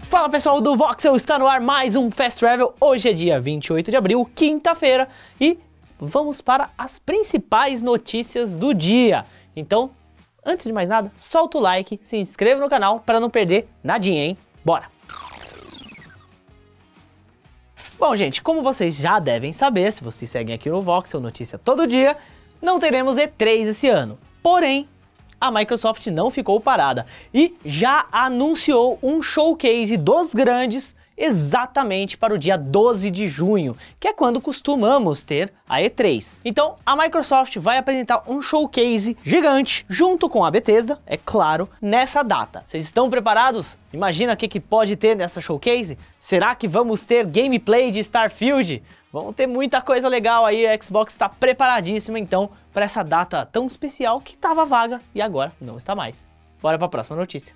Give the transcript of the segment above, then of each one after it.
Fala pessoal do Voxel, está no ar mais um Fast Travel. Hoje é dia 28 de abril, quinta-feira, e vamos para as principais notícias do dia. Então, antes de mais nada, solta o like, se inscreva no canal para não perder nadinha, hein? Bora! Bom, gente, como vocês já devem saber, se vocês seguem aqui no Voxel, notícia todo dia, não teremos E3 esse ano. Porém, a Microsoft não ficou parada e já anunciou um showcase dos grandes exatamente para o dia 12 de junho, que é quando costumamos ter a E3. Então, a Microsoft vai apresentar um showcase gigante, junto com a Bethesda, é claro, nessa data. Vocês estão preparados? Imagina o que pode ter nessa showcase? Será que vamos ter gameplay de Starfield? Vamos ter muita coisa legal aí, a Xbox está preparadíssima então para essa data tão especial que estava vaga e agora não está mais. Bora para a próxima notícia.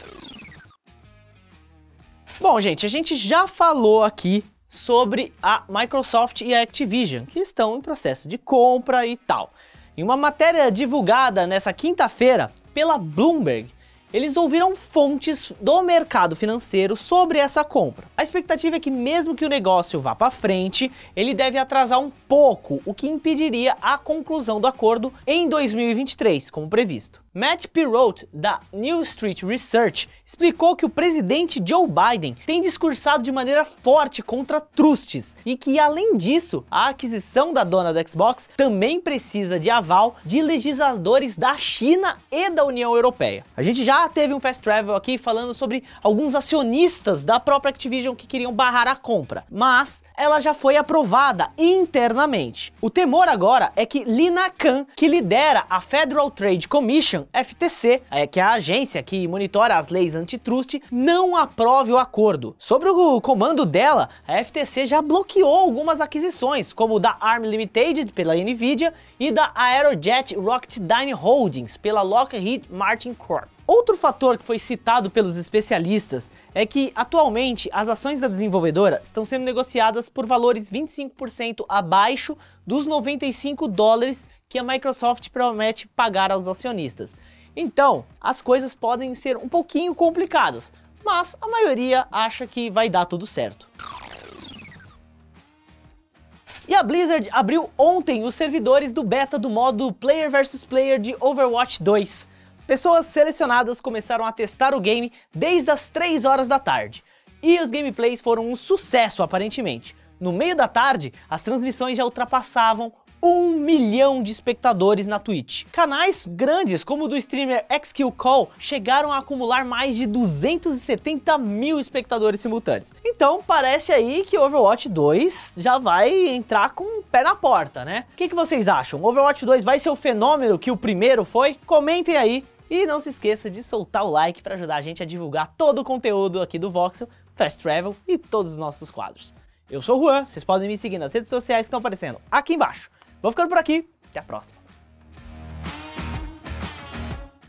Bom, gente, a gente já falou aqui sobre a Microsoft e a Activision, que estão em processo de compra e tal. Em uma matéria divulgada nessa quinta-feira pela Bloomberg, eles ouviram fontes do mercado financeiro sobre essa compra. A expectativa é que mesmo que o negócio vá para frente, ele deve atrasar um pouco, o que impediria a conclusão do acordo em 2023, como previsto. Matt Perrault, da New Street Research, explicou que o presidente Joe Biden tem discursado de maneira forte contra trustes e que, além disso, a aquisição da dona do Xbox também precisa de aval de legisladores da China e da União Europeia. A gente já teve um Fast Travel aqui falando sobre alguns acionistas da própria Activision que queriam barrar a compra, mas ela já foi aprovada internamente. O temor agora é que Lina Khan, que lidera a Federal Trade Commission, FTC, que é a agência que monitora as leis antitrust, não aprove o acordo. Sobre o comando dela, a FTC já bloqueou algumas aquisições, como da ARM Limited pela Nvidia e da Aerojet Rocketdyne Holdings pela Lockheed Martin Corp. Outro fator que foi citado pelos especialistas é que, atualmente, as ações da desenvolvedora estão sendo negociadas por valores 25% abaixo dos $95 que a Microsoft promete pagar aos acionistas. Então, as coisas podem ser um pouquinho complicadas, mas a maioria acha que vai dar tudo certo. E a Blizzard abriu ontem os servidores do beta do modo Player vs Player de Overwatch 2. Pessoas selecionadas começaram a testar o game desde as 3 horas da tarde. E os gameplays foram um sucesso aparentemente. No meio da tarde, as transmissões já ultrapassavam 1 milhão de espectadores na Twitch. Canais grandes como o do streamer XQCall chegaram a acumular mais de 270 mil espectadores simultâneos. Então parece aí que Overwatch 2 já vai entrar com o pé na porta, né? O que vocês acham? Overwatch 2 vai ser o fenômeno que o primeiro foi? Comentem aí e não se esqueça de soltar o like para ajudar a gente a divulgar todo o conteúdo aqui do Voxel, Fast Travel e todos os nossos quadros. Eu sou o Juan, vocês podem me seguir nas redes sociais que estão aparecendo aqui embaixo. Vou ficando por aqui, até a próxima.